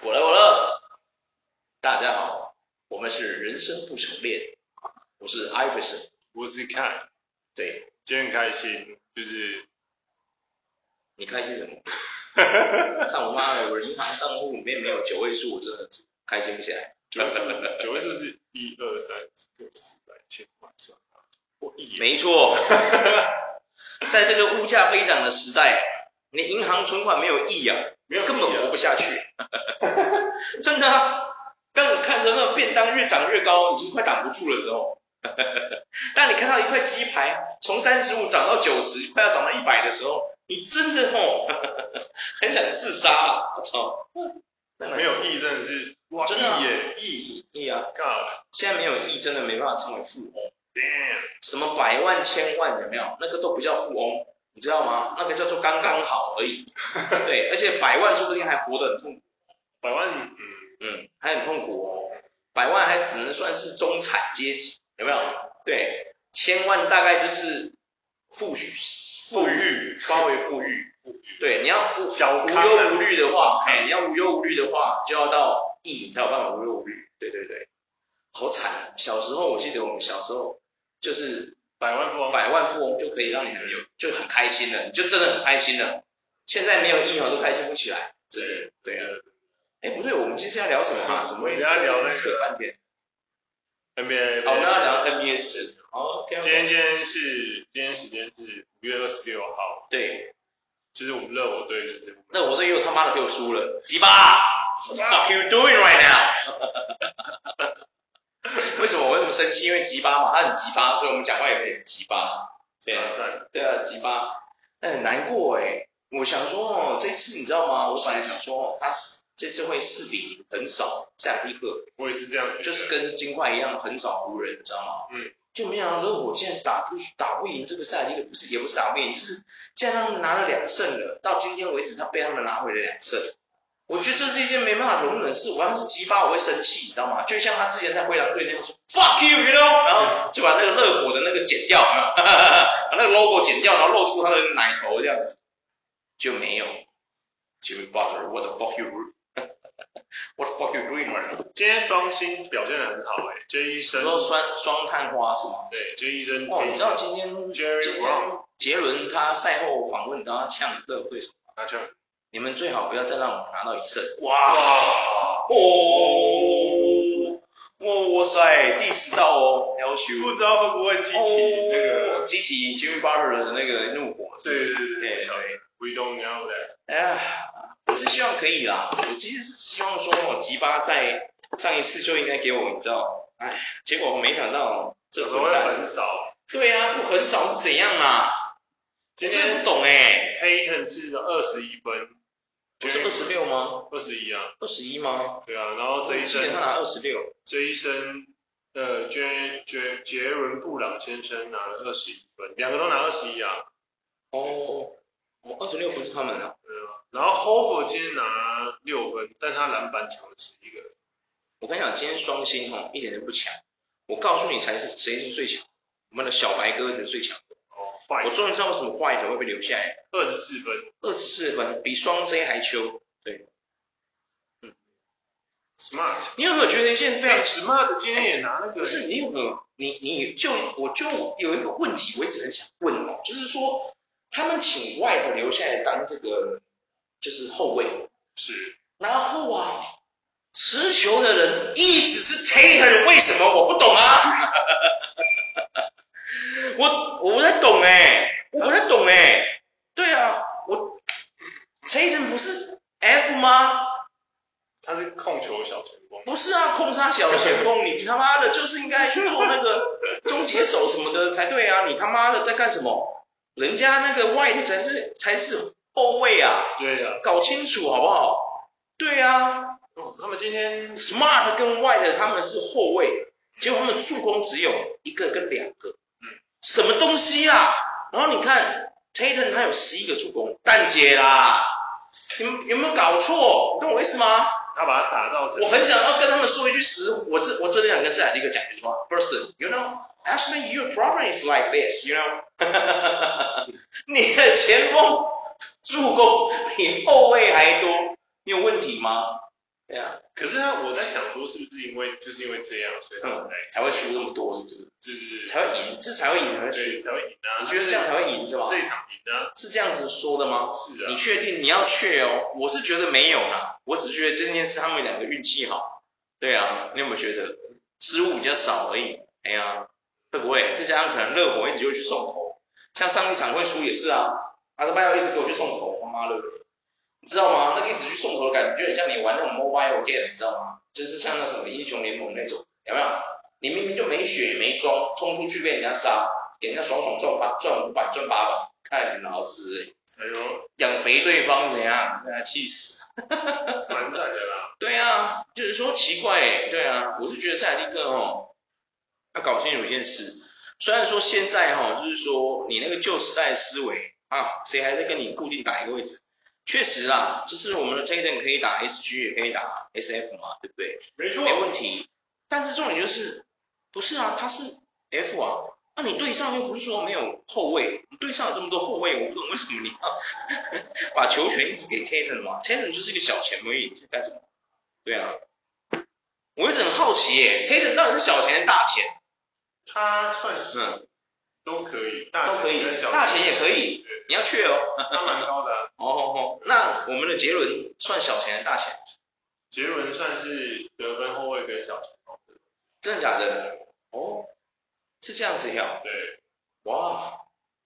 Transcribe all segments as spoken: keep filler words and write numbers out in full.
我来我了，大家好，我们是人生不重练，我是 Iverson， 我是 Ken， 对， 今天很开心，就是你开心什么？看我妈的，我的银行账户里面没有九位数，我真的开心不起来。 九位数，九位数是一二三四六四百千万算或亿， 没错，在这个物价飞涨的时代，你银行存款没有亿啊， 没有根本活不下去。真的啊，当你看着那个便当越涨越高，已经快挡不住的时候，当你看到一块鸡排从三十五涨到九十，快要涨到一百的时候，你真的吼很想自杀啊！我操， 没有亿真的是哇， 真的啊亿耶，亿亿啊！ God， 现在没有亿真的没办法成为富翁。 damn， 什么百万千万有没有？那个都不叫富翁，你知道吗？那个叫做刚刚好而已。对，而且百万说不定还活得很痛苦。 百万，嗯嗯，还很痛苦哦。百万还只能算是中产阶级，有没有？对，千万大概就是富裕，富裕，稍微富裕。对，你要无小无忧无虑的话，哎，你要无忧无虑的话，就要到亿才有办法无忧无虑。对对对，好惨。小时候我记得我们小时候就是百万富翁， 百万富翁就可以让你很有就很开心了，你就真的很开心了。现在没有亿哦，都开心不起来。真的，对啊。哎，不对，我们今天要聊什么啊？怎么会要聊那个扯半天 N B A？ 好，我们要聊 N B A 是不是？好 ，OK， 今天今天是今天时间是五月二十六号， 对， 就是我们热火队就是那我队又他妈的给我输了，鸡巴 ，What the fuck you doing right now？ 为什么我会这么生气？因为鸡巴嘛，他很鸡巴，所以我们讲话也会很鸡巴。对啊，对啊，鸡巴，那很难过哎。我想说哦，这次你知道吗？我本来想说哦，他这次会四比零横扫塞尔蒂克， 我也是这样觉得， 就是跟金块一样横扫湖人，你知道吗？ 嗯， 就没想到热火竟然打不打不赢这个塞尔蒂克，不是也不是打不赢，就是竟然他们拿了两胜了，到今天为止他被他们拿回了两胜。我觉得这是一件没办法容忍的事，我要是激发我会生气，你知道吗？就像他之前在灰狼队那样说 fuck you，you know， 然后就把那个热火的那个剪掉，把那个 logo 剪掉，然后露出他的奶头这样子，就没有。Jimmy Butler，what the fuck you，what the fuck you doing right now？ 今天双星表现得很好诶 ，J 医生说双双探花是吗？ 对 ，J 医生哦，你知道今天 Jerry 今天杰伦他赛后访问，然后呛热火队什么？ 他呛你们最好不要再让我们拿到一胜。 哇哦，哇哇塞，第十道哦，要求不知道会不会激起那个激起 Jimmy Butler 的那个怒火。 对对对对对 ，We don't know that。 哎呀，我是希望可以啦，我其实是希望说哦，吉巴在上一次就应该给我，你知道，哎，结果我没想到这混蛋很少。 对啊，不很少是怎样啊？我真的不懂哎。 Payton 是二十一分， 不是二十六吗？ 二十一啊。 二十一吗？ 对啊，然后这一生他拿二十六， 这一生呃杰杰杰伦布朗先生拿了二十一分，两个都拿二十一啊。 哦，我二十六分是他们啊。 对啊，然后 Horford 今天拿六分，但他篮板抢了十一个。 我跟你讲，今天双星哦一点都不强，我告诉你才是谁是最强，我们的小白哥才是最强的。 哦， 我终于知道为什么 White 会被留下来， 二十四分， 二十四分比双 J 还秋。对，嗯 ，Smart， 你有没有觉得一件非常 Smart 今天也拿那个？ 不是，你有没有你你就我就有一个问题，我一直很想问哦，就是说他们请 White 留下来当这个就是后卫， 是， 然后啊持球的人一直是 Tatum， 为什么我不懂啊？我我不太懂哎、欸，我不太懂哎、欸。对啊，我 Tatum 不是 F 吗？ 他是控球小前锋。 不是啊，控杀小前锋，你他妈的就是应该去做那个终结手什么的才对啊！你他妈的在干什么？人家那个 White 才是才是后卫啊！ 对啊， 搞清楚好不好？对啊， 哦，他们今天 Smart 跟 White 他们是后卫，结果他们助攻只有一个跟两个， 嗯， 什么东西啦？然后你看 Tatum 他有十一个助攻，蛋姐啦，你们有没有搞错？你懂我意思吗？ 他把他打到， 我很想要跟他们说一句实，我真我真的想跟塞尔蒂克讲一句话 ，Person, you know, actually your problem is like this, you know 你的前锋助攻比后卫还多，你有问题吗？ 对啊。 可是他我在想说，是不是因为就是因为这样，所以他们才会输那么多，是不是？ 就是才会赢，是才会赢才会输， 才会赢啊。 你觉得这样才会赢是吧？ 这一场赢啊， 是这样子说的吗？ 是啊。 你确定？你要确哦。我是觉得没有啦，我只觉得这件事他们两个运气好。对啊，你有没有觉得失误比较少而已？哎呀，会不会？再加上可能热火一直就会去送头，像上一场会输也是啊，阿德拜约一直给我去送头，他妈的，你知道吗？那个一直去送头的感觉，就很像你玩那种 mobile game， 你知道吗？就是像那什么英雄联盟那种，有没有？你明明就没血没装，冲出去被人家杀，给人家爽爽赚八赚五百赚八百，看你老师， 哎呦， 养肥对方怎样？让他气死。 蛮惨的啦。 对啊，就是说奇怪哎，对啊，我是觉得塞尔蒂克哦，要搞清楚一件事，虽然说现在哈、哦，就是说你那个旧时代的思维啊，谁还在跟你固定打一个位置？确实啦，就是我们的 Tatum 可以打 S G 也可以打 S F 嘛，对不对？ 没错， 没问题。但是重点就是，不是啊，他是 F 啊，那、啊、你队上又不是说没有后卫，你队上有这么多后卫，我不懂为什么你要把球权一直给 Tatum 嘛 ？Tatum 就是一个小前卫，你干什么？对啊，我一直很好奇耶 ，Tatum 到底是小钱还是大钱？ 他算是嗯， 都可以，大都可以，大钱也可以，你要确哦。 他蛮高的、啊。 哦哦哦，那我们的杰伦算小钱还是大钱？ 杰伦算是得分后卫跟小前锋。 真的假的？哦，是这样子呀。 对。 哇。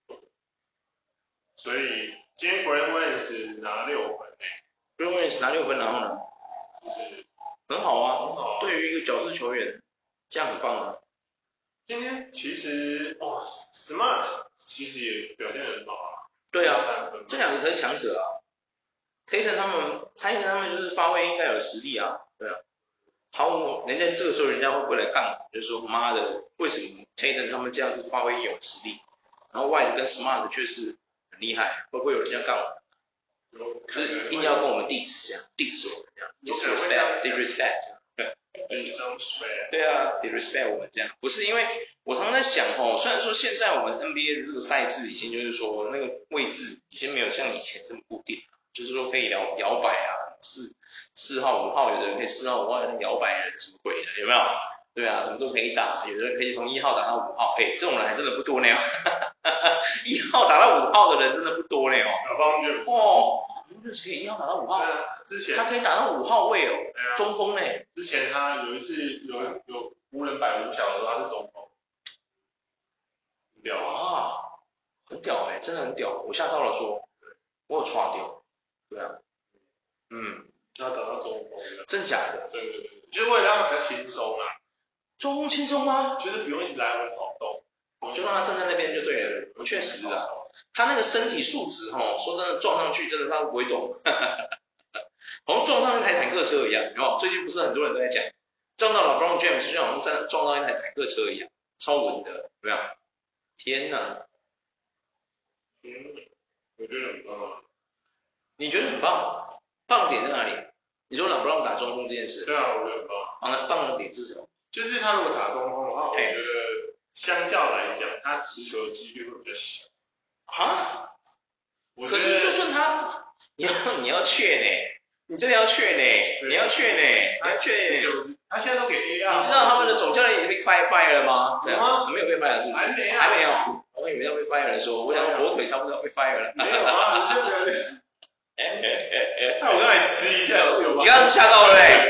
所以今天 Grant Williams 拿六分诶。 Grant Williams 拿六分，然后呢？ 就是很好啊， 很好啊。 对于一个角色球员，这样很棒啊。 今天其实哇 ，Smart 其实也表现很好啊。 对啊，这两个才是强者啊。Tatum 他们 Tatum 他们就是发挥应该有实力啊，对啊。好，人家这个时候人家会不会来杠？就是说妈的，为什么 Tatum 他们这样子发挥有实力，然后 White 跟 Smart 却是很厉害，会不会有人这样杠我？就是硬要跟我们 diss 这样 diss 我们这样 disrespect disrespect。对啊 disrespect 我们这样，不是因为我常常在想哦，虽然说现在我们 N B A 的这个赛制已经就是说那个位置已经没有像以前这么固定，就是说可以摇摇摆啊，四四号五号，有的人可以四号五号，有人摇摆人什么鬼的，有没有？对啊，什么都可以打，有的人可以从一号打到五号，哎，这种人还真的不多呢。一号打到五号的人真的不多呢哦。哦，可以一号打到五号， 之前他可以打到五号位哦， 啊、 中锋呢。 之前他有一次有有湖人摆五小的时候，他是中锋，很屌啊，很屌哎、欸，真的很屌，我吓到了说，我有刷掉，对啊，嗯， 他打到中锋的， 真假的？ 对对对，就是为了让他比较轻松啊。 中锋轻松吗？ 就是不用一直来回跑动， 就让他站在那边就对了。确实啊，他那个身体素质哈，说真的撞上去真的他都不会动，好像撞上一台坦克车一样，有没有？最近不是很多人都在讲，撞到了 LeBron James 就好像站撞到一台坦克车一样，超稳的，有没有？天哪！ 嗯，我觉得很棒啊。 你觉得很棒？棒的点在哪里？你说 LeBron 打中锋这件事？ 对啊，我觉得很棒。 棒的棒的点是什么？ 就是他如果打中锋的话，我觉得相较来讲，他持球的几率会比较小。 啊？可是就算他，你要你要确呢，你真的要确呢，你要确呢，你要确呢。 他现在都给 A R。 你知道他们的总教练已经被 fire fire 了吗？ 有吗？ 没有被 fire 是不是？ 还没啊。 还没有。我以为要被 fire 的说，我想火腿差不多要被 fire 了。 没有啊，人家没有。哎哎哎，那我刚才吃一下，有吗？ 你刚刚是吓到了嘞。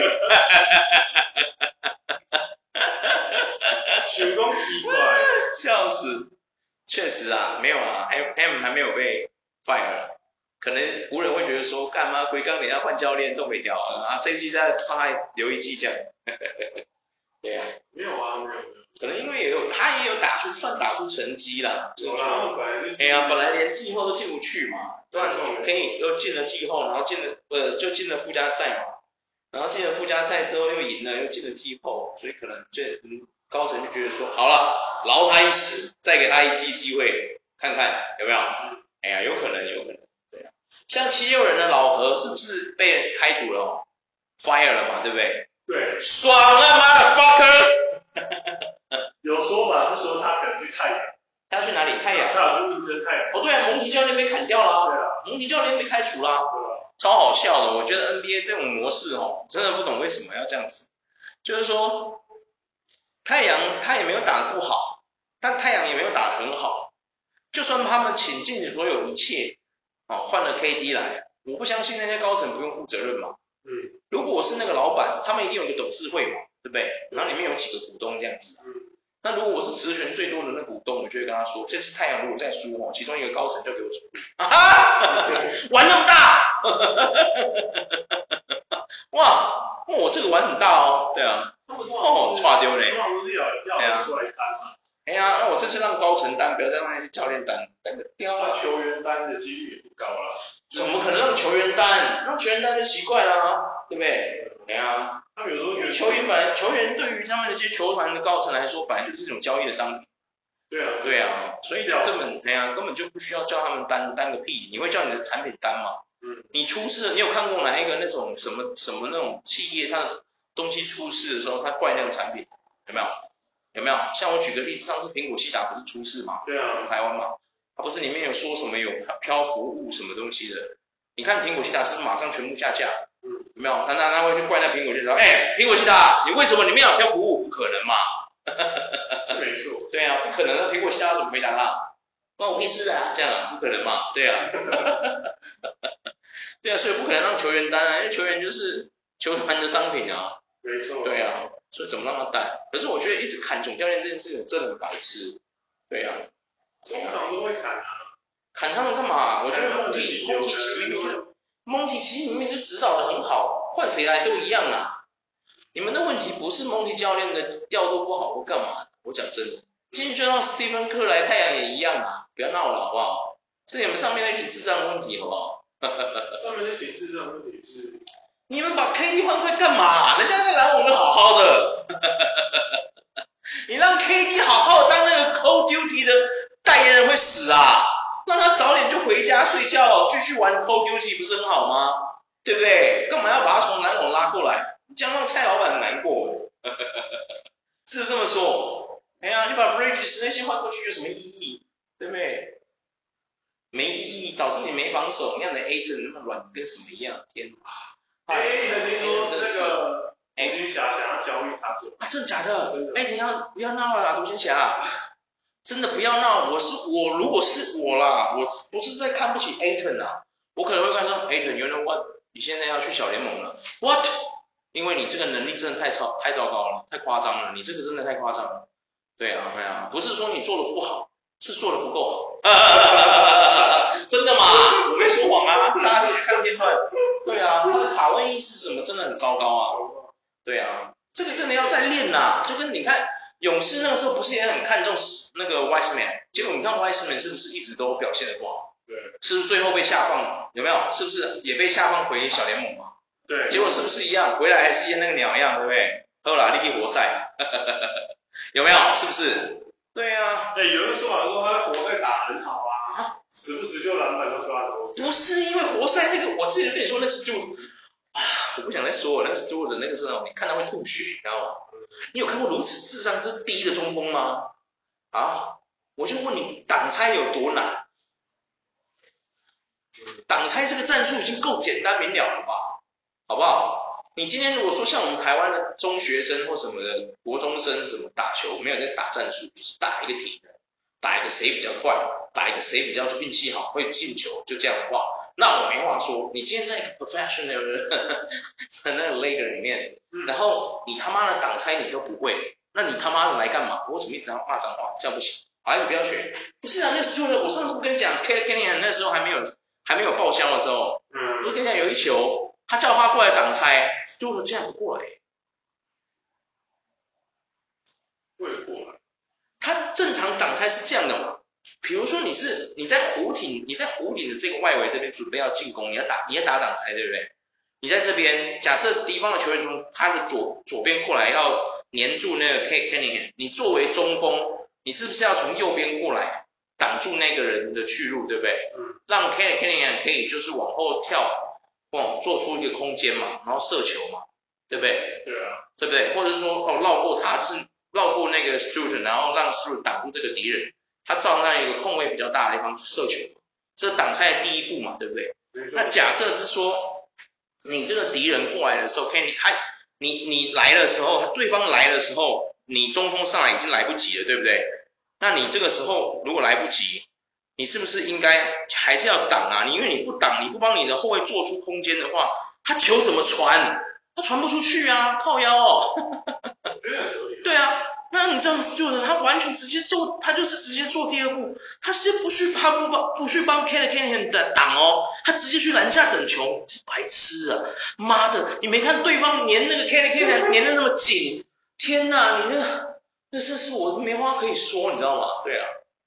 手工奇怪， 笑死。确实啊，没有啊，还 Ham 还没有被 fire，可能湖人会觉得说，干嘛龟刚给他换教练都没掉啊，这一季再帮他留一季这样。对啊， 没有啊，没有没有。 可能因为也有他也有打出算打出成绩啦， 有啦，本来就是。 哎呀，本来连季后都进不去嘛，对吧？可以又进了季后，然后进了呃就进了附加赛嘛，然后进了附加赛之后又赢了，又进了季后，所以可能最嗯高层就觉得说，好了，饶他一时，再给他一季机会，看看有没有？哎呀，有可能，有可能，对啊。像七六人的老何是不是被开除了、哦、？fire 了嘛，对不对？ 对。 爽啊，妈的 fucker！ 有说法是说他可能去太阳。 他要去哪里？太阳。 他要去应征太阳。 哦，对啊，蒙奇教练被砍掉了。 对啊。 蒙奇教练被开除了。 对啊。 超好笑的。我觉得 N B A 这种模式哦，真的不懂为什么要这样子。就是说，太阳他也没有打得不好，但太阳也没有打得很好。就算他们倾尽所有一切，哦，换了 K D 来，我不相信那些高层不用负责任嘛。 嗯。 如果我是那个老板，他们一定有一个董事会嘛，对不对？然后里面有几个股东这样子。 嗯。 那如果我是职权最多的那股东，我就会跟他说，这次太阳如果再输哦，其中一个高层就给我处理。啊哈，玩那么大，哇，哦，这个玩很大哦，对啊，哦，差丢嘞， 对啊，出来担嘛。 哎呀，那我这次让高层担，不要再让那些教练担，担个雕啊。 球员担的几率也不高了。 怎么可能让球员担？让球员担就奇怪啦，对不对？哎呀， 他们有时候因为球员本来球员对于他们那些球团的高层来说，本来就是一种交易的商品。 对啊。 对啊，所以就根本哎呀，根本就不需要叫他们担担个屁，你会叫你的产品担吗？ 嗯。你出事，你有看过哪一个那种什么什么那种企业，它的东西出事的时候，它怪那个产品，有没有？有没有？像我举个例子，上次苹果西达不是出事嘛？ 对啊。 台湾嘛，它不是里面有说什么有漂浮物什么东西的？你看苹果西达是不是马上全部下架？ 嗯。 有没有？他他他会去怪那苹果西达，哎，苹果西达，你为什么里面有漂浮物？不可能嘛？ 是没错。 对啊，不可能的，苹果西达怎么回答他？关我屁事啊，这样啊，不可能嘛？对啊。对啊，所以不可能让球员担啊，因为球员就是球团的商品啊。 没错。 对啊，所以怎么让他担？可是我觉得一直砍总教练这件事情真的很白痴。对啊。 通常都会砍啊。 砍他们干嘛？我觉得蒙蒂蒙蒂其实明明就蒙蒂其实明明就指导的很好，换谁来都一样啊。你们的问题不是蒙蒂教练的调度不好或干嘛？我讲真的，今天就让史蒂芬克来太阳也一样啊，不要闹了好不好？是你们上面那群智障的问题好不好？ 上面那群智障的问题是， 你们把 K D 换回来干嘛？人家在篮网就好好的，你让 K D 好好当那个 Call Duty 的代言人会死啊？让他早点就回家睡觉，继续玩 Call Duty 不是很好吗？对不对？干嘛要把他从篮网拉过来？这样让蔡老板很难过，是不是这么说？哎呀，你把 Bridges 那些换过去有什么意义？对不对？没意义，导致你没防守，你让你的 A 阵那么软，跟什么一样？天哪！ 哎，听说那个独行侠想要交易他做啊，真的假的？真的。哎，你要不要闹了啦，独行侠？真的不要闹！我是我，如果是我啦，我不是在看不起 Ayton 啊，我可能会跟他说 Ayton，you know what？你现在要去小联盟了 ，what？因为你这个能力真的太超太糟糕了，太夸张了，你这个真的太夸张了。对啊，对啊，不是说你做的不好，是做的不够好。真的吗？我没说谎啊，大家自己看片段。对啊，他的卡位意识什么真的很糟糕啊。对啊，这个真的要再练呐，就跟你看勇士那个时候不是也很看重那个 Wiseman， 结果你看 Wiseman 是不是一直都表现的不好？ 对。 是不是最后被下放？有没有？是不是也被下放回小联盟嘛？ 对。 结果是不是一样？回来还是一样那个鸟样，对不对？喝啦，立即活塞，有没有？是不是？对啊。 对，有人说法说他活塞打很好啊，时不时就篮板都抓得多。 不是因为活塞那个，我之前跟你说那个 Stewart， 啊，我不想再说了，那个 Stewart 的那个是那种你看他会吐血，你知道吗？你有看过如此智商之低的中锋吗？啊，我就问你，挡拆有多难？挡拆这个战术已经够简单明了了吧？好不好？你今天如果说像我们台湾的中学生或什么的国中生什么打球，没有在打战术，就是打一个体能，打一个谁比较快，打一个谁比较运气好会进球，就这样的话，那我没话说。你今天在一个 professional 的那个 league 里面，然后你他妈的挡拆你都不会，那你他妈的来干嘛？我怎么一直要骂脏话？这样不行，孩子不要学。不是啊，那时候我上次不跟你讲 K Kenny 那时候还没有还没有报销的时候，嗯，不是跟你讲有一球，他叫他过来挡拆，就这样不过来。 会过来。 他正常挡拆是这样的嘛？比如说你是你在弧顶，你在弧顶的这个外围这边准备要进攻，你要打你要打挡拆，对不对？你在这边，假设敌方的球员从他的左左边过来要黏住那个 K Kenny， 你作为中锋，你是不是要从右边过来挡住那个人的去路，对不对？嗯。让 K Kenny 可以就是往后跳，往做出一个空间嘛，然后射球嘛，对不对？ 对啊。 对不对？或者是说哦绕过他，就是绕过那个 Stewart， 然后让 Stewart 挡住这个敌人，他照那一个空位比较大的地方射球，这是挡拆的第一步嘛，对不对？ 那假设是说，你这个敌人过来的时候，可以还你你来的时候，对方来的时候，你中锋上来已经来不及了，对不对？那你这个时候如果来不及，你是不是应该还是要挡啊？你因为你不挡，你不帮你的后卫做出空间的话，他球怎么传？他传不出去啊，靠腰哦。对啊，那你这样子就是他完全直接做，他就是直接做第二步，他是不去他不帮不去帮 Kate Cunningham 的挡哦，他直接去篮下等球，是白痴啊！妈的，你没看对方粘那个 Kate Cunningham 粘的那么紧，天哪，你那那这是我没话可以说，你知道吗？对啊。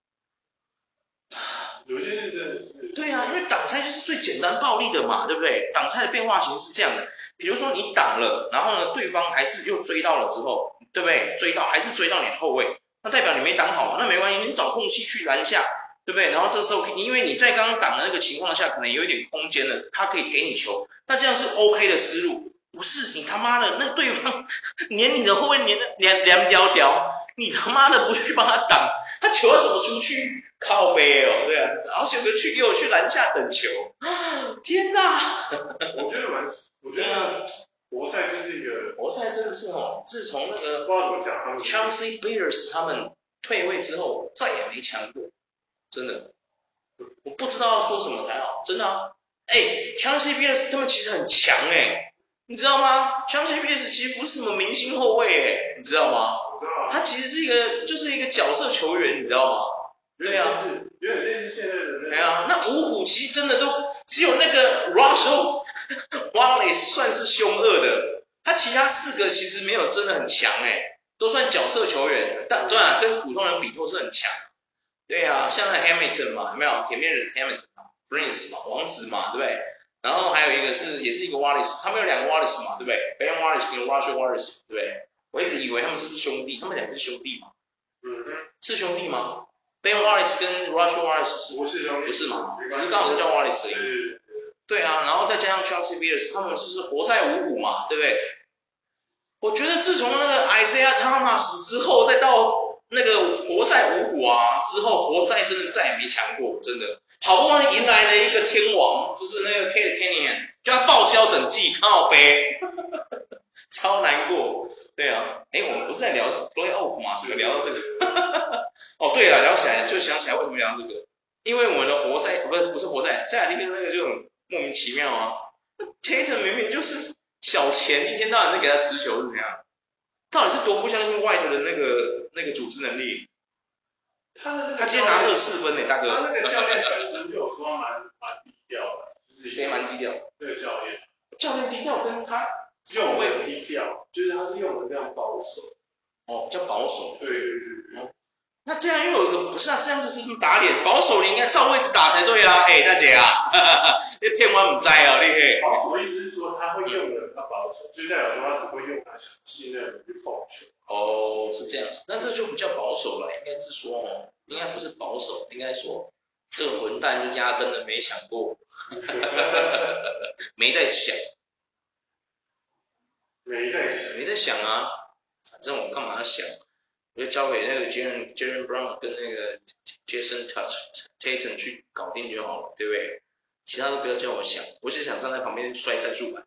有些是真的是。 对啊，因为挡拆就是最简单暴力的嘛，对不对？挡拆的变化型是这样的，比如说你挡了，然后呢，对方还是又追到了之后，对不对？追到还是追到你的后卫，那代表你没挡好嘛，那没关系，你找空隙去篮下，对不对？然后这时候因为你在刚刚挡的那个情况下，可能有一点空间了，他可以给你球，那这样是 OK 的思路。不是你他妈的那对方连你的后卫连连连屌屌，你他妈的不去帮他挡，他球要怎么出去？靠背哦，对啊，然后选个去给我去篮下等球，天哪！ 我觉得蛮，我觉得活塞就是一个， 活塞真的是哦，自从那个不知道怎么讲，他们 Chauncey Billups 他们退位之后，再也没强过，真的，我不知道要说什么才好，真的啊，哎 ，Chauncey Billups 他们其实很强哎，你知道吗 ？Chauncey Billups 其实不是什么明星后卫哎，你知道吗？ 我知道， 他其实是一个就是一个角色球员，你知道吗？对啊， 有点类似现在的那。 对啊，那五虎其实真的都只有那个 Russell Wallace 算是凶恶的，他其他四个其实没有真的很强哎，都算角色球员，但对啊，跟普通人比都是很强。对啊，像那 Hamilton 嘛，有没有？铁面人 Hamilton 嘛 ，Prince 嘛，王子嘛，对不对？然后还有一个是也是一个 Wallace，他们有两个 Wallace 嘛，对不对 ？Ben Wallace 跟 Russell Wallace，对不对？我一直以为他们是不是兄弟，他们两个是兄弟嘛？ 嗯哼， 是兄弟吗？Ben Wallace 跟 Russell Wallace 不是兄弟， 不是嘛？只是刚好叫 Wallace 而已。对啊，然后再加上 Chauncey Billups，他们就是活塞五虎嘛，对不对？我觉得自从那个 Isaiah Thomas 之后，再到那个活塞五虎啊之后，活塞真的再也没强过，真的。好不容易迎来了一个天王，就是那个 Kate Cunningham，就要报销整季，靠背，超难过。对啊，哎，我们不是在聊 Playoff 吗？这个聊到这个，哦对了，聊起来就想起来为什么聊这个，因为我们的活塞不是不是活塞，塞尔蒂克那个就很莫名其妙啊。Tatum 明明就是小钱，一天到晚在给他持球是怎样？到底是多不相信 White 的那个那个组织能力？ 他他今天拿二四分呢，大哥。 他那个教练本身就有说蛮蛮低调的，就是谁蛮低调？ 那个教练。 教练低调跟他用位低调，就是他是用的非常保守。 哦，比较保守。 对对对对。 哦，那这样又有一个不是啊，这样子是不是打脸？保守你应该照位置打才对啊，哎、欸、大姐啊，你骗我唔知啊，你嘿。 保守意思是说他会用的，他保守，就代表说他只会用他信任的去控球。 哦，是这样子，那这就不叫保守了，应该是说哦，应该不是保守，应该说这个混蛋就压根的没想过，没在想， 没在想， 没在想啊，反正我干嘛要想？我就交给那个 Jaren Jaren Brown 跟那个 Jason Touch Tatum 去搞定就好了，对不对？其他都不要叫我想，我只想站在旁边摔赞助板，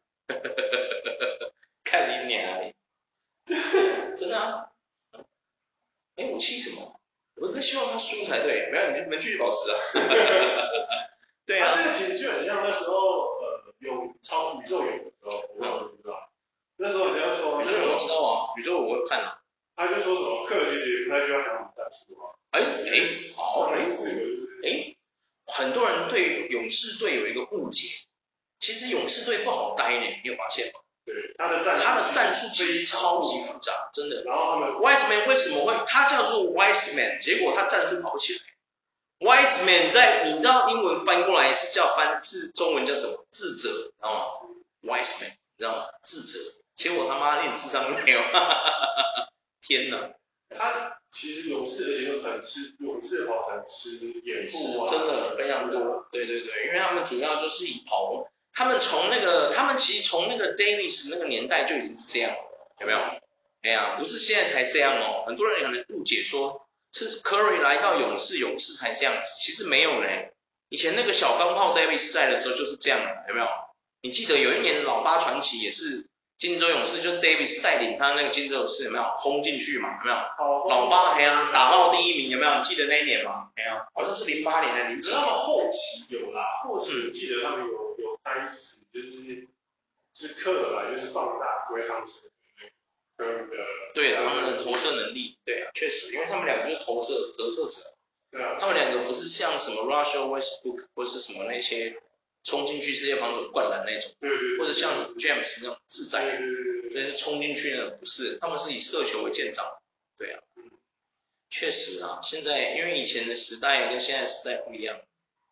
看你娘而已，真的啊。哎，我气什么？我应该希望他输才对，没有你们继续保持啊。对啊， 这个其实就很像那时候呃有超宇宙有的时候，我不知道你知道，那时候人家说宇宙有我知道啊，宇宙我有看啊。 他就说什么克其实也不太需要想战术啊。 哎哎，好哎，哎，很多人对勇士队有一个误解，其实勇士队不好待呢，你有发现吗？ 对，他的战术， 他的战术其实超级复杂，真的。 然后他们 Wiseman 为什么会？他叫做 Wiseman，结果他战术跑不起来。Wiseman 在你知道英文翻过来是叫翻是中文叫什么？智者，知道吗 ？Wiseman，你知道吗？智者，结果他妈连智商都没有，天哪！ 他其实勇士的节奏很吃，勇士跑很吃掩护啊， 真的非常多。对对对，因为他们主要就是以跑。他们从那个，他们其实从那个 Davis 那个年代就已经是这样了，有没有？哎呀，不是现在才这样哦。很多人可能误解说是 Curry 来到勇士，勇士才这样子，其实没有嘞。 以前那个小钢炮 Davis 在的时候就是这样的，有没有？你记得有一年老八传奇也是金州勇士，就 Davis 带领他那个金州勇士有没有轰进去嘛？有没有？老八黑啊，打到第一名有没有？你记得那一年吗？没有，好像是零八年的零几年。 他们后期有啦，后期记得他们有有开始就是是克尔来就是放大龟汤斯他们的对啊，他们的投射能力，对啊，确实，因为他们两个就是投射折射者。 对啊， 他们两个不是像什么 Russell Westbrook 或是什么那些冲进去世界防守灌篮那种， 对对对， 或者像 James 那种自在， 对对对对，是冲进去那种，不是，他们是以射球为建造，对啊，确实啊，现在因为以前的时代跟现在的时代不一样，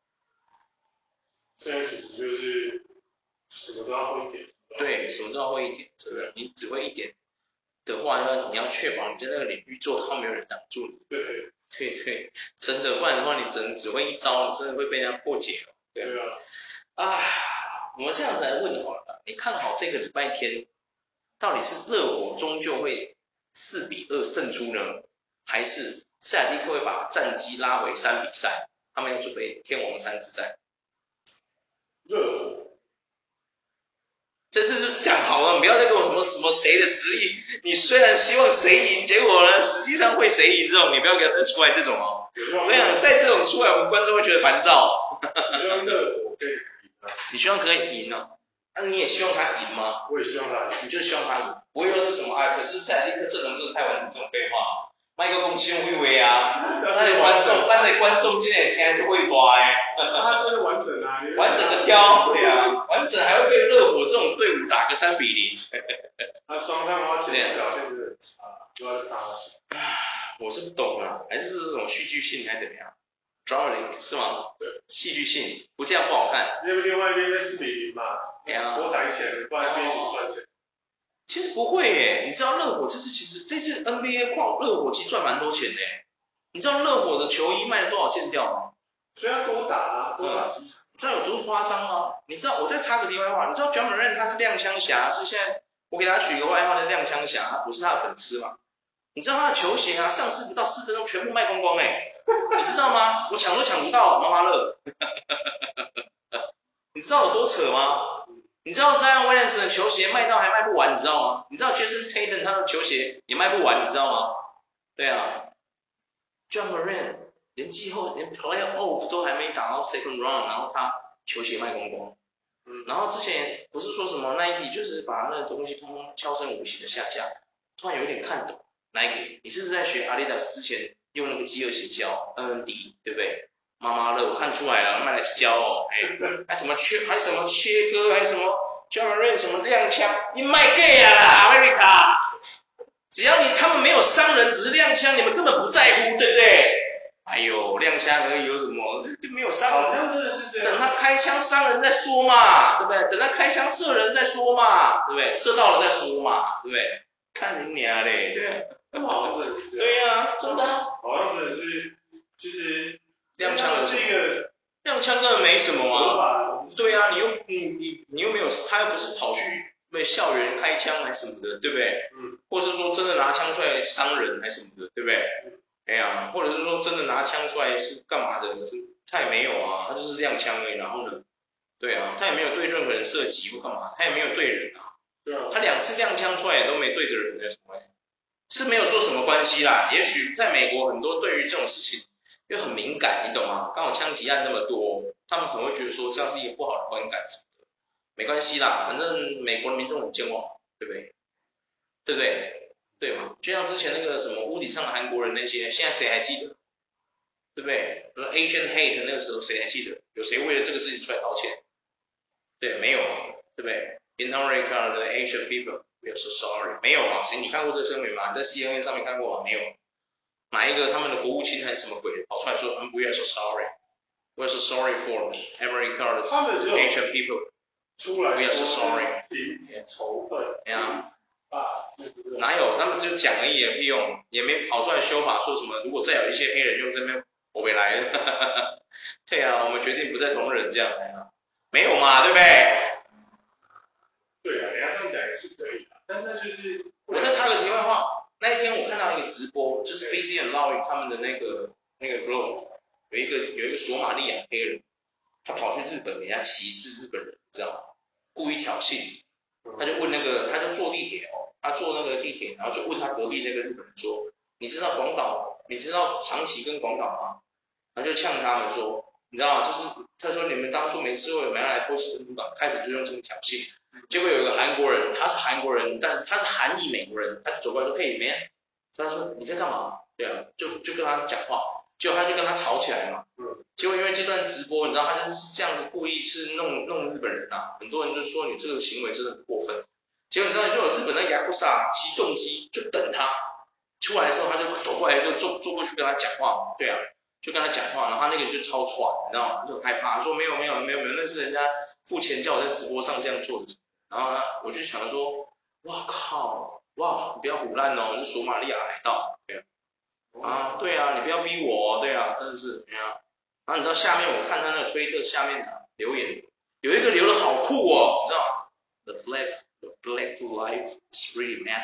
现在其实就是什么都要会一点， 对，什么都要会一点，真的，你只会一点的话，那你要确保你在那个领域做到没有人挡住你， 对对对，真的，不然的话你只能只会一招，你真的会被人家破解哦，对对啊， 啊，我们这样子来问好了，你看好这个礼拜天，到底是热火终究会四比二胜出呢，还是塞尔蒂克会把战绩拉回三比三，他们要准备天王山之战？ 热火， 这次就讲好了，你不要再跟我什么什么谁的实力，你虽然希望谁赢，结果呢，实际上会谁赢这种，你不要给他再出来这种哦。我跟你讲，再这种出来，我们观众会觉得烦躁。 我希望热火可以赢啊， 你希望可以赢哦？那、啊、你也希望他赢吗？ 我也希望他赢， 你就希望他赢，不会又是什么啊？可是塞尔蒂克阵容真的太稳定，这种废话。麦克公司用会为啊，那些观众，那些观众今天听就会大诶。 他真的完整啊， 完整的雕，对啊，完整还会被热火这种队伍打个三比零。 那双方的话，前面表现真的很差，主要是他。 我是不懂啊，还是这种戏剧性还是怎么样 ？Dramatic 是吗？ 对， 戏剧性，不这样不好看。 因为另外一边在四比零嘛， 哎呀， 多台钱，不然边你赚钱。 其实不会耶，你知道热火这次其实这次 N B A 矿热火其实赚蛮多钱的，你知道热火的球衣卖了多少件掉吗？ 所以要多打啊，多打几场。 你知道有多夸张吗？你知道我再插个题外话，你知道 Ja Morant 他是踉跄侠，是现在我给他取一个外号叫踉跄侠，他不是他的粉丝嘛？你知道他的球鞋啊，上市不到四分钟全部卖光光哎，你知道吗？我抢都抢不到，妈妈乐。你知道有多扯吗？你知道 Zion Williamson 的球鞋卖到还卖不完，你知道吗？你知道 Jason Tatum 他的球鞋也卖不完，你知道吗？对啊 Ja Morant 连季后连 Playoff 都还没打到 Second Round， 然后他球鞋卖光光。嗯，然后之前不是说什么 Nike 就是把那个东西通通悄声无息的下架，突然有点看懂 Nike， 你是不是在学 Adidas 之前用那个饥饿行销 N N D 对不对？妈妈乐，我看出来了，卖来教哦，哎，还什么切，还什么切割，还什么 Ja Morant 什么踉跄，你卖 gay 啊啦 ，America， 只要你他们没有伤人，只是踉跄，你们根本不在乎，对不对？哎呦，踉跄而已，有什么就没有伤人？ 好像真的是这样。 等他开枪伤人再说嘛，对不对？等他开枪射人再说嘛，对不对？射到了再说嘛，对不对？看你娘嘞，对。 好像真的是这样。 对呀、啊，真的、啊。 好像真的是，其实踉跄是一个踉跄根本没什么啊。对啊，你又你你你又没有，他又不是跑去被校园开枪还是什么的，对不对？嗯。或是说真的拿枪出来伤人还是什么的，对不对？哎呀，或者是说真的拿枪出来是干嘛的？他也没有啊，他就是踉跄而已。然后呢，对啊，他也没有对任何人射击或干嘛，他也没有对人啊。对啊。他两次踉跄出来也都没对着人，有什么？是没有说什么关系啦。也许在美国很多对于这种事情又很敏感，你懂吗？刚好枪击案那么多，他们可能会觉得说这样是一个不好的观感什么的。没关系啦，反正美国的民众很健忘，对不对？对不对？对嘛？就像之前那个什么屋顶上的韩国人那些，现在谁还记得？对不对？比如 Asian hate 那个时候谁还记得？有谁为了这个事情出来道歉？对，没有嘛，对不对 ？In America, the Asian people, we are so sorry。没有嘛？谁你看过这个声明吗？你在 C N N 上面看过吗？没有。哪一个他们的国务卿还是什么鬼跑出来说，嗯 ，we are so sorry, we are so sorry for America, the Asian people。 出来 we are so sorry。 停止仇恨。 哎呀。哪有？他们就讲而已，也没用，也没跑出来修法，说什么如果再有一些黑人用这边我回来了，对啊，我们决定不再同忍这样，没有嘛，对不对？ 对啊，人家这样讲也是可以的，但是就是， 我再插个题外话，那一天我看到一个直播，就是 B C and Lowry 他们的那个那个 bro 有一个有一个索马利亚黑人， 他跑去日本给人家歧视日本人，知道吗？故意挑衅，他就问那个，他就坐地铁哦，他坐那个地铁，然后就问他隔壁那个日本人说，你知道广岛，你知道长崎跟广岛吗？他就呛他们说，你知道吗？就是他说你们当初没吃过，有没有来偷吃珍珠港？开始就用这种挑衅，结果有一个韩国人，他是韩国人，但他是韩裔美国人，他就走过来说，嘿 man，他说你在干嘛？对啊，就就跟他讲话，结果他就跟他吵起来嘛。结果因为这段直播，你知道他就是这样子故意是弄弄日本人啊，很多人就说你这个行为真的很过分。结果你知道就有日本的雅库萨骑重机就等他出来的时候，他就走过来就坐坐过去跟他讲话，对啊。就跟他讲话，然后他那个人就超喘，你知道吗？就很害怕，说没有没有没有没有，那是人家付钱叫我在直播上这样做的。然后呢，我就想说，哇靠，哇，你不要胡乱哦，是索马利亚海盗，对啊，啊，对啊，你不要逼我，对啊，真的是，对啊。然后你知道下面我看他那个推特下面的留言，有一个留的好酷哦，你知道吗 ？The black the black life really matter 。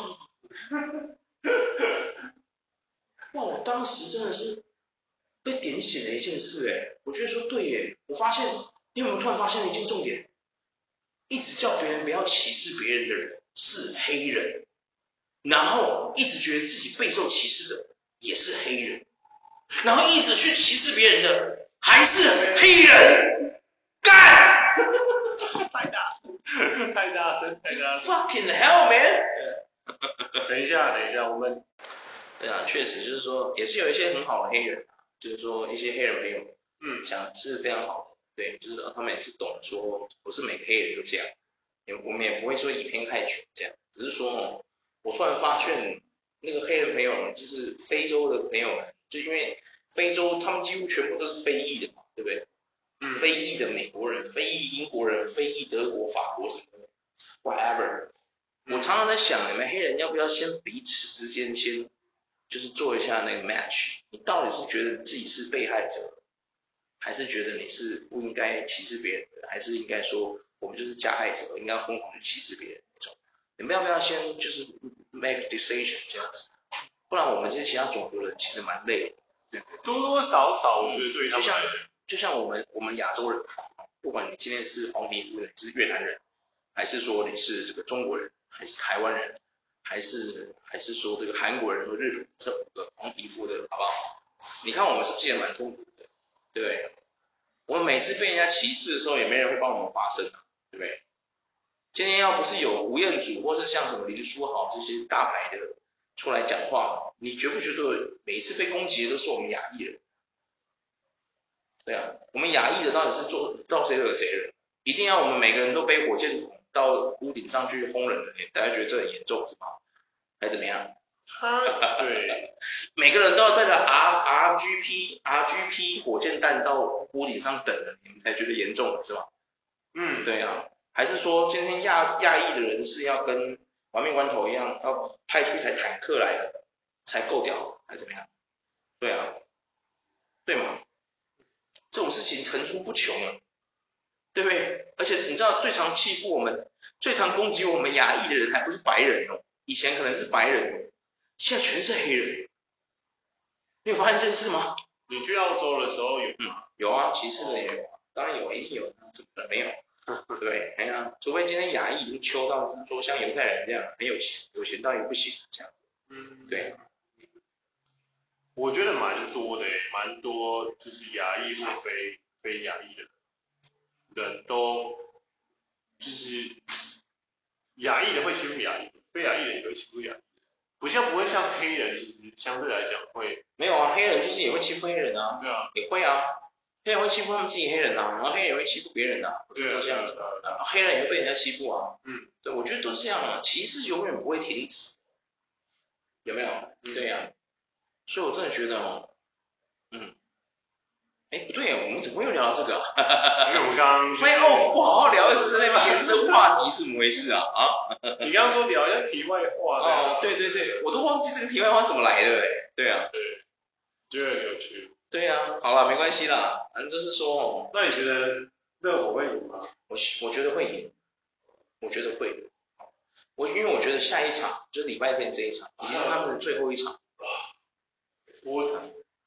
哇，我当时真的是。被点醒了一件事，哎，我觉得说对耶，我发现，你有没有突然发现了一件重点？一直叫别人不要歧视别人的人是黑人，然后一直觉得自己备受歧视的也是黑人，然后一直去歧视别人的还是黑人，干！ 太大，太大声，太大声 ！Fucking hell, man！ 等一下，等一下，我们对啊，确实就是说，也是有一些很好的黑人。就是说一些黑人朋友， 嗯， 讲是非常好的，对，就是他们也是懂说，不是每个黑人都这样，也我们也不会说以偏概全这样，只是说哦，我突然发现那个黑人朋友，就是非洲的朋友们，就因为非洲他们几乎全部都是非裔的嘛，对不对？嗯，非裔的美国人、非裔英国人、非裔德国、法国什么的 ，whatever。我常常在想，你们黑人要不要先彼此之间先。就是做一下那个 match， 你到底是觉得自己是被害者，还是觉得你是不应该歧视别人的，还是应该说我们就是加害者，应该疯狂去歧视别人那种？你们要不要先就是 make decision 这样子？不然我们这些其他种族人其实蛮累的，对不对？ 多多少少我觉得对他们， 就像就像我们我们亚洲人，不管你今天是黄皮肤的，你是越南人，还是说你是这个中国人，还是台湾人。还是还是说这个韩国人和日本人这五个黄皮肤的好不好？你看我们是不是也蛮痛苦的，对不对？我们每次被人家歧视的时候，也没人会帮我们发声，对不对？今天要不是有吴彦祖或是像什么林书豪这些大牌的出来讲话，你觉不觉得每一次被攻击的都是我们亚裔人？对啊，我们亚裔的到底是做招谁惹谁了？一定要我们每个人都背火箭筒到屋顶上去轰人的，大家觉得这很严重是吗？还是怎么样？ 对， 每个人都要带着 R RGP RGP 火箭弹到屋顶上等了，你们才觉得严重了是吧？ 嗯， 对啊，还是说今天亚亚裔的人是要跟亡命关头一样，要派出一台坦克来了才够屌，还是怎么样？对啊，对嘛？这种事情层出不穷啊，对不对？而且你知道最常欺负我们、最常攻击我们亚裔的人还不是白人哦，以前可能是白人哦，现在全是黑人。你有发现这件事吗？ 你去澳洲的时候有吗？ 嗯，有啊，歧视的也有，当然有，一定有，怎么可能没有？对，哎呀，除非今天亚裔已经秋到说像犹太人这样很有钱，有钱到也不行这样。嗯，对。 我觉得蛮多的，蛮多就是亚裔或非非亚裔的人都就是亚裔的会欺负亚裔，非亚裔的也会欺负亚裔，不像不会像黑人，其实相对来讲会没有啊，黑人就是也会欺负黑人啊， 对啊， 也会啊，黑人会欺负他们自己黑人啊，然后黑人也会欺负别人啊， 对啊， 这样子啊， 啊，黑人也会被人家欺负啊， 嗯， 对，我觉得都是这样啊，歧视永远不会停止，有没有？对呀、啊，所以我真的觉得哦，嗯。哎，不对，我们怎么又聊到这个啊？ 因为我们刚刚哎哦，不好好聊一次那个延伸话题是怎么回事啊？啊？ 你刚刚说聊一下题外话哦，对对对，我都忘记这个题外话怎么来的哎。对啊， 对，觉得很有趣。 对啊，好了，没关系啦，反正就是说哦， 那你觉得热火会赢吗？ 我我觉得会赢，我觉得会。我因为我觉得下一场就是礼拜天这一场，已经是他们的最后一场。 我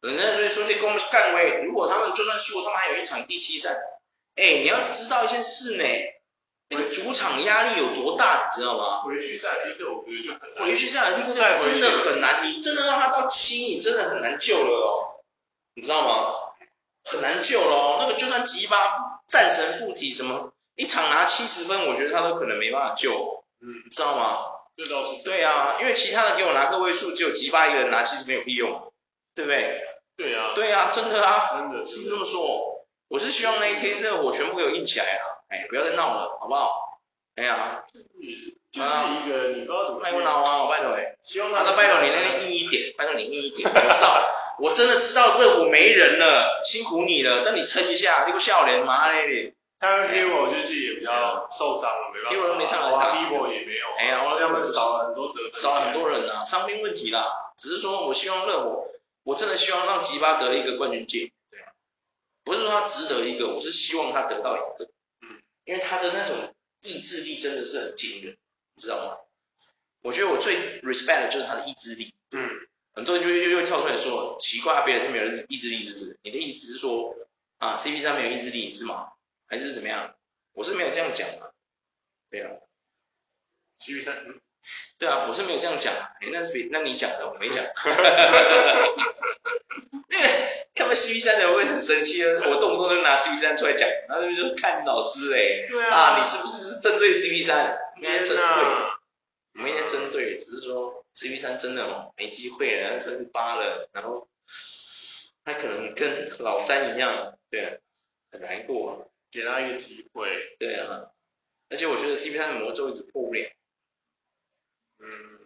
人家就会说这公干威，如果他们就算输，他们还有一场第七战。哎，你要知道一件事呢，那个主场压力有多大，你知道吗？ 回去塞尔提克我觉得就很难。 回去塞尔提克真的很难，你真的让他到七，你真的很难救了哦，你知道吗？很难救了哦。那个就算吉巴战神附体什么，一场拿七十分，我觉得他都可能没办法救，嗯，你知道吗？ 这倒是。 对啊，因为其他的给我拿个位数，只有吉巴一个人拿七十分有屁用，对不对？ 对啊。 对啊，真的啊， 真的是这么说。我是希望那一天热火全部给我硬起来啊！哎，不要再闹了，好不好？哎呀， 就是就是一个你不知道怎么。 卖我闹啊，拜托哎， 希望他拜托你那天硬一点，拜托你硬一点，我知道，我真的知道热火没人了，辛苦你了，但你撑一下，你个笑脸妈嘞！ 他们 Hero 就是也比较受伤了，没办法 ，Hero 没上来打 ，Hero 也没有， 哎呀， 他们少了很多得分， 少了很多人啊，伤病问题啦。只是说我希望热火，我真的希望让吉巴得一个冠军戒。不是说他值得一个，我是希望他得到一个，嗯，因为他的那种意志力真的是很惊人，你知道吗？我觉得我最 respect 的就是他的意志力，嗯，很多人就又又跳出来说，奇怪，别人是没有意志力，是不是？你的意思是说啊 ，C P 三没有意志力是吗？还是怎么样？我是没有这样讲啊，对啊 ，C P 三，嗯， 对啊，我是没有这样讲，哎，那是别那你讲的，我没讲。看到 C P 三的我会很生气啊！我动不动就拿 C P 三出来讲，然后就看老师哎， 对啊， 啊，你是不是针对 C P 三？应该针对， 我们应该针对，只是说 C P 三真的哦没机会了，三十八了，然后他可能跟老詹一样，对啊，很难过， 给他一个机会， 对啊，而且我觉得 C P 三的魔咒一直破不了， 嗯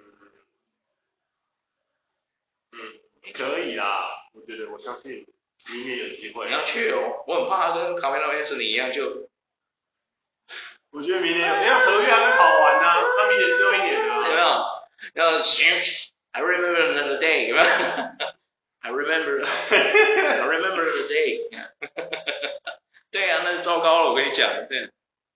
嗯，可以啦，我觉得我相信明年有机会。 你要去哦，我很怕他跟卡梅隆·安东尼一样就。 我觉得明年有，因为合约还没跑完呢、啊，他明年最后一年了、啊。 有没有？要 I remember the day， 有没有 ？I remember, I remember the day 。对啊，那就糟糕了，我跟你讲，对。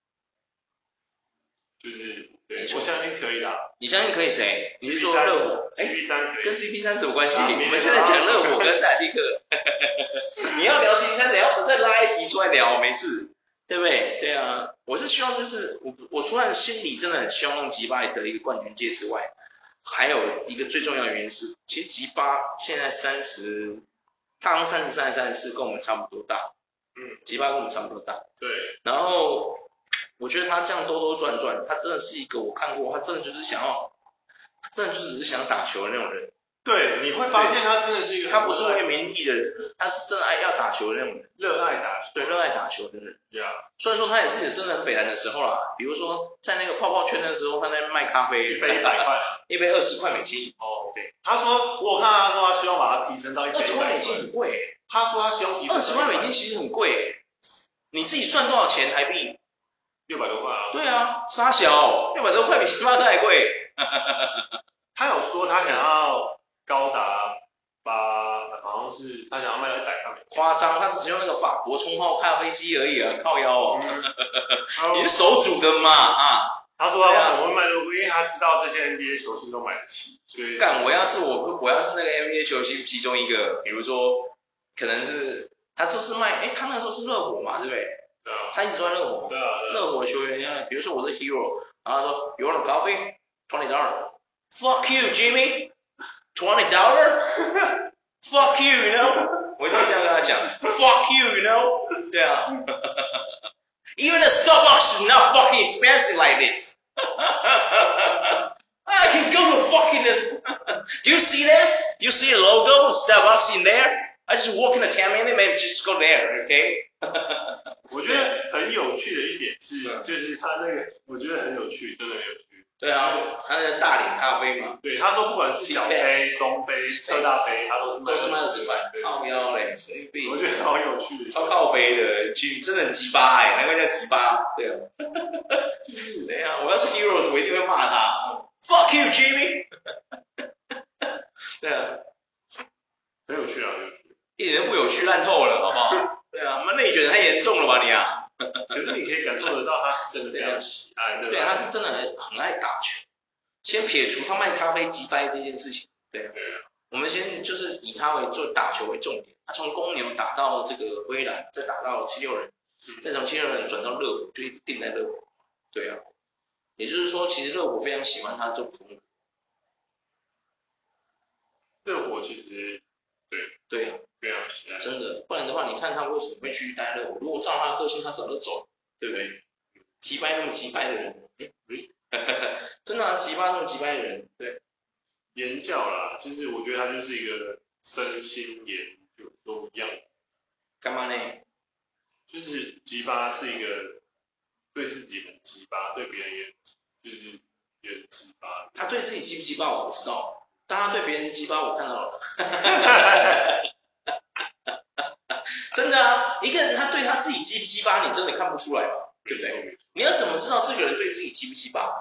就是，对，我相信可以啦。 你相信可以谁？你是说热火？ 哎， 跟 C P 三什么关系？我们现在讲热火跟塞尔蒂克。你要聊 C P 三，等下我们再拉一题出来聊，没事。对不对？对啊，我是希望这次我我除了心里真的很希望让吉巴得一个冠军戒之外，还有一个最重要的原因是，其实吉巴现在三十，他好像三十三、三十四，跟我们差不多大。嗯，吉巴跟我们差不多大。 对。 然后我觉得他这样兜兜转转，他真的是一个我看过，他真的就是想要，真的就只是想打球的那种人。 对，你会发现他真的是一个， 他不是为名利的人，他是真的爱要打球的那种人， 热爱打球， 对，热爱打球的人。 对啊。 虽然说他也是有真的很北蓝的时候啦，比如说在那个泡泡圈的时候，他在卖咖啡， 一杯一百块， 一杯二十块美金。 哦，对。他说，我有看到他说他希望把它提升到一杯二十块美金很贵、欸。 他说他希望提升二十块美金其实很贵、欸，你自己算多少钱台币？ 六百多块啊。 对啊，沙小，六百多块比星巴克还贵。 他有说他想要高达八，好像是他想要卖到一百块。 夸张，他只是用那个法国冲泡咖啡机而已啊，靠腰哦。嗯、你是手煮的嘛啊？ 他说他为什么会卖那么贵？因为他知道这些 N B A 球星都买得起。所以干，我要是我我要是那个 N B A 球星其中一个，比如说可能是他就是卖，哎，他那时候是热火嘛，对不对？ 对啊。 他一直都在热火。 对啊。 热火球员，比如说我是 Hero， 然后他说 You want a coffee? Twenty dollar. Fuck you, Jimmy. Twenty dollar. Fuck you, you know. 我一定这样跟他讲 ，fuck you, you know， 对啊 ，even the Starbucks is not fucking expensive like this 。I can go to fucking. Do you see that? Do you see the logo Starbucks in there? I just walk in the ten minute, maybe just go there, okay? 我觉得很有趣的一点是，就是他那个，我觉得很有趣，真的很有趣。 对啊，他的大脸咖啡嘛。 对，他说不管是小杯、中杯、特大杯，他都是都是卖二十块。靠腰嘞， 我觉得好有趣， 超靠杯的，真的很鸡巴哎，难怪叫鸡巴。对啊，就是，对啊，我要是 Hero， 我一定会骂他 ，Fuck you, Jimmy 。对啊， 很有趣啊， 一点都不有趣，烂透了，好不好？对啊，妈内卷太严重了吧你啊！ 可是你可以感受得到他是真的非常喜爱，对吧？ 对，他是真的很爱打球。先撇除他卖咖啡击败这件事情，对啊， 我们先就是以他为做打球为重点，他从公牛打到这个灰蓝，再打到七六人，再从七六人转到热火，就一直定在热火。对啊，也就是说，其实热火非常喜欢他这种风格。 热火其实对对啊， 非常喜爱， 真的，不然的话，你看他为什么会去待热火？如果照他的个性，他早就走了，对不对？击败那么击败的人，真的啊，击败那么击败的人，对。 言教啦，就是我觉得他就是一个身心研究都一样。 干嘛呢？ 就是鸡巴是一个对自己很鸡巴，对别人也就是也很鸡巴。 他对自己鸡不鸡巴我不知道，但他对别人鸡巴我看到了。真的啊，一个人他对他自己鸡不鸡巴，你真的看不出来吧？对不对？你要怎么知道这个人对自己鸡不鸡巴？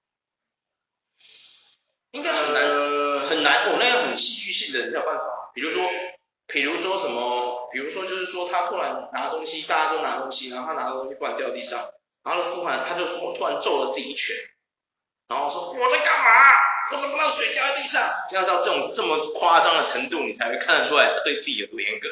应该很难、呃、很难，我、哦、那个很戏剧性的人才有办法。比如说，比如说什么，比如说就是说他突然拿东西，大家都拿东西，然后他拿的东西突然掉地上，然后突然他就突然揍了自己一拳，然后说我在干嘛？我怎么让水掉在地上？要到这种这么夸张的程度，你才会看得出来他对自己有多严格，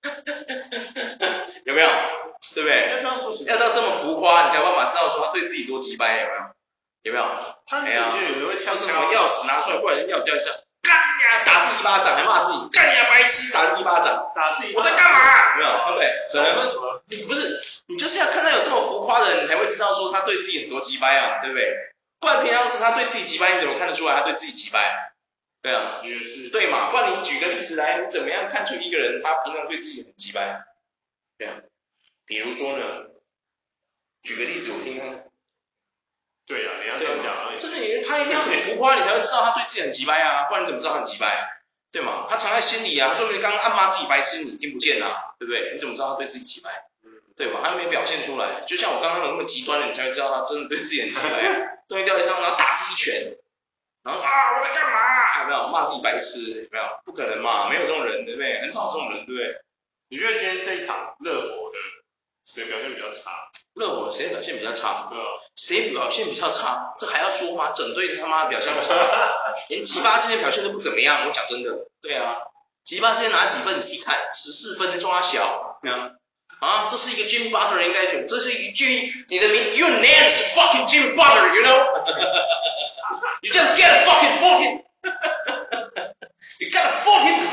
有没有？对不对？要到这么浮夸，你才有办法知道说他对自己多鸡掰，有没有？有没有？ 他有些有人会像是什么钥匙拿出来，不然钥匙掉地上，干呀，打自己一巴掌，还骂自己，干呀白痴，打自己一巴掌， 打自己， 我在干嘛？有没有？对不对？可能你不是，你就是要看到有这么浮夸的人，你才会知道说他对自己很多鸡掰啊，对不对？不然平常时他对自己鸡掰，你怎么看得出来他对自己鸡掰？对啊， 也是对嘛？不然你举个例子来，你怎么样看出一个人他平常对自己很鸡掰？对啊，比如说呢，举个例子我听看。 对啊，你要这样讲， 就是你他一定要很浮夸，你才会知道他对自己很鸡掰啊，不然你怎么知道他很鸡掰？对吗？他藏在心里啊，说明刚刚暗骂自己白痴，你听不见啊，对不对？你怎么知道他对自己鸡掰？对吧？他没表现出来，就像我刚刚那么极端的，你才会知道他真的对自己很鸡掰。东西掉地上，然后打自己一拳，然后啊我在干嘛？有没有骂自己白痴？有没有？不可能嘛，没有这种人，对不对？很少这种人，对不对？ 你觉得今天这一场热火的谁表现比较差？ 热火谁表现比较差？ 对啊， 谁表现比较差？这还要说吗？整队他妈表现不差，连吉巴今天表现都不怎么样。我讲真的，对啊，吉巴今天拿几分？你自己看，十四分抓小，对啊，啊，这是一个 Jimmy Butler 应该有，这是一个 Jimmy， 你的名 ，Your name is fucking Jimmy Butler，you know？You just get a fucking fourteen，you got a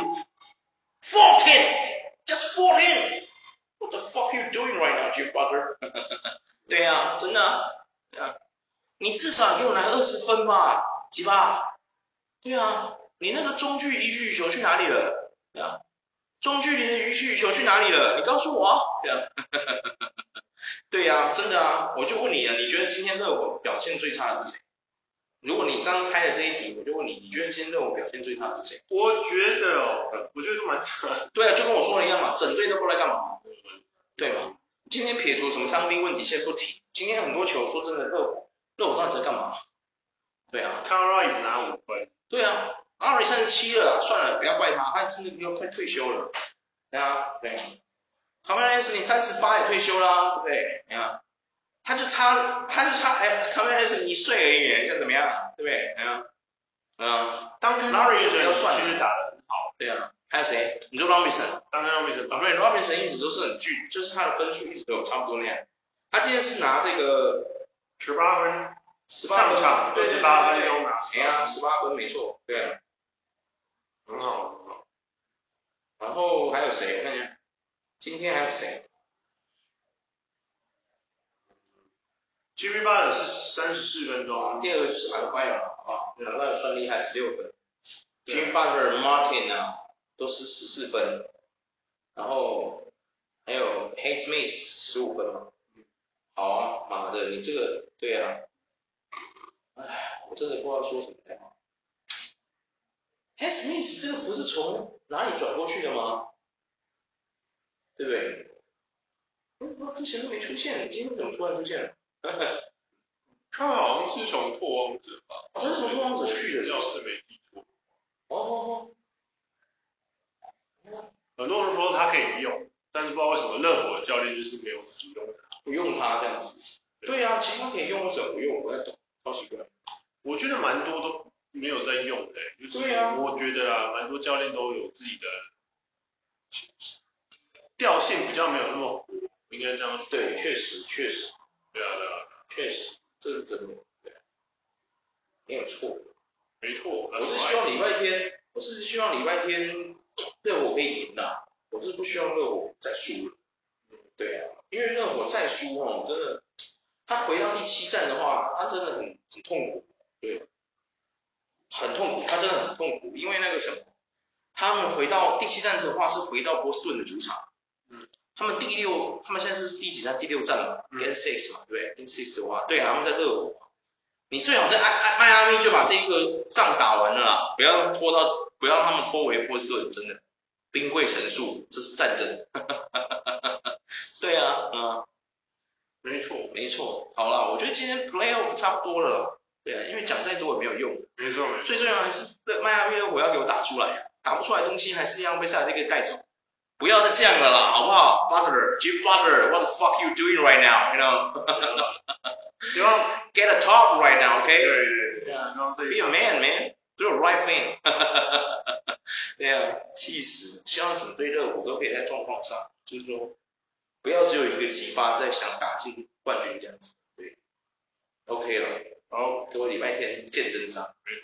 fourteen，fourteen，just fourteen。What the fuck you doing right now, Jimmy Butler？ 对啊，真的啊，对啊，你至少给我来二十分吧，吉巴。对啊，你那个中距离曲球去哪里了？对啊，中距离的予取予求去哪里了？你告诉我。对啊，对啊，真的啊，我就问你啊，你觉得今天热火表现最差的是谁？如果你刚刚开的这一题，我就问你，你觉得今天热火表现最差的是谁？ 我觉得哦，我觉得都蛮差。 对啊，就跟我说的一样嘛，整队都过来干嘛？对嘛？今天撇除什么伤病问题先不提，今天很多球说真的，热火热火到底在干嘛？对啊 c a r r 只拿五分。 对啊 a r 三十七了啦，算了，不要怪他，他真的要快退休了。对啊，对 c a m e r o n 你三十八也退休啦，对不对？哎呀，他就差他就差哎 c a m e r o n 一岁而已，要怎么样？对不对？哎呀，嗯， 当 Larry 就不要算了， 其实打得很好。 对啊，还有谁？你说 Robinson， 当然 Robinson， 对 Robinson 一直都是很巨，就是他的分数一直都有差不多那样。他今天是拿这个十八分， 十八分场， 对十八分钟拿， 哎呀，十八分没错，对啊， 很好很好。 然后还有谁？我看一下，今天还有谁 ？Jimmy Butler 是三十四分钟， 第二个就是阿德拜尔，好不好？阿德拜尔算厉害，十六分。Jimmy Butler、Martin 啊，都是十四分，然后还有 Hay Smith 十五分嘛。好啊，妈的，你这个对啊，唉，我真的不知道说什么才好。Hay Smith 这个不是从哪里转过去的吗？对不对？我之前都没出现，今天怎么突然出现了？ 他好像是从拓荒者吧？ 哦，他是从拓荒者去的， 要是没记错。 哦哦哦。很多人说他可以用，但是不知道为什么热火的教练就是没有使用他， 不用他这样子。对啊，其实他可以用，为什么不用？我不太懂，超奇怪。 我觉得蛮多都没有在用的、欸，就是对啊， 我觉得啊，蛮多教练都有自己的调性，比较没有那么活，应该这样说。 对，确实确实， 对啊对啊， 确实，这是真的，对，没有错。 没错。 我是希望礼拜天，我是希望礼拜天热火可以赢啦，我是不希望热火再输了。对啊，因为热火再输哦，真的，他回到第七战的话，他真的很很痛苦，对，很痛苦，他真的很痛苦，因为那个什么，他们回到第七战的话是回到波士顿的主场，嗯，他们第六，他们现在是第几战？第六战嘛 ，Game Six 嘛，对 ，Game Six 的话，对啊，他们在热火，你最好在迈迈迈阿密就把这个仗打完了啦，不要拖到，不要让他们拖回波士顿，真的，兵贵神速，这是战争。对啊，嗯， 没错， 没错。好啦，我觉得今天 playoff 差不多了啦。对啊，因为讲再多也没有用。 没错，没错。 最重要还是迈阿密热火要给我打出来啊，打不出来的东西还是一样被塞尔提克带走。不要再这样了啦，好不好 ？Butler，Jim Butler，what the fuck you doing right now？You know？ 希望 get a tough right now，OK？、 Okay? 对对对， 希望这一 be a man man，do the right thing 。对啊，气死！希望整队热火都可以在状况上，就是说。不要只有一个激发在想打进冠军这样子，对 ，OK 了，然后各位礼拜天见真章。 没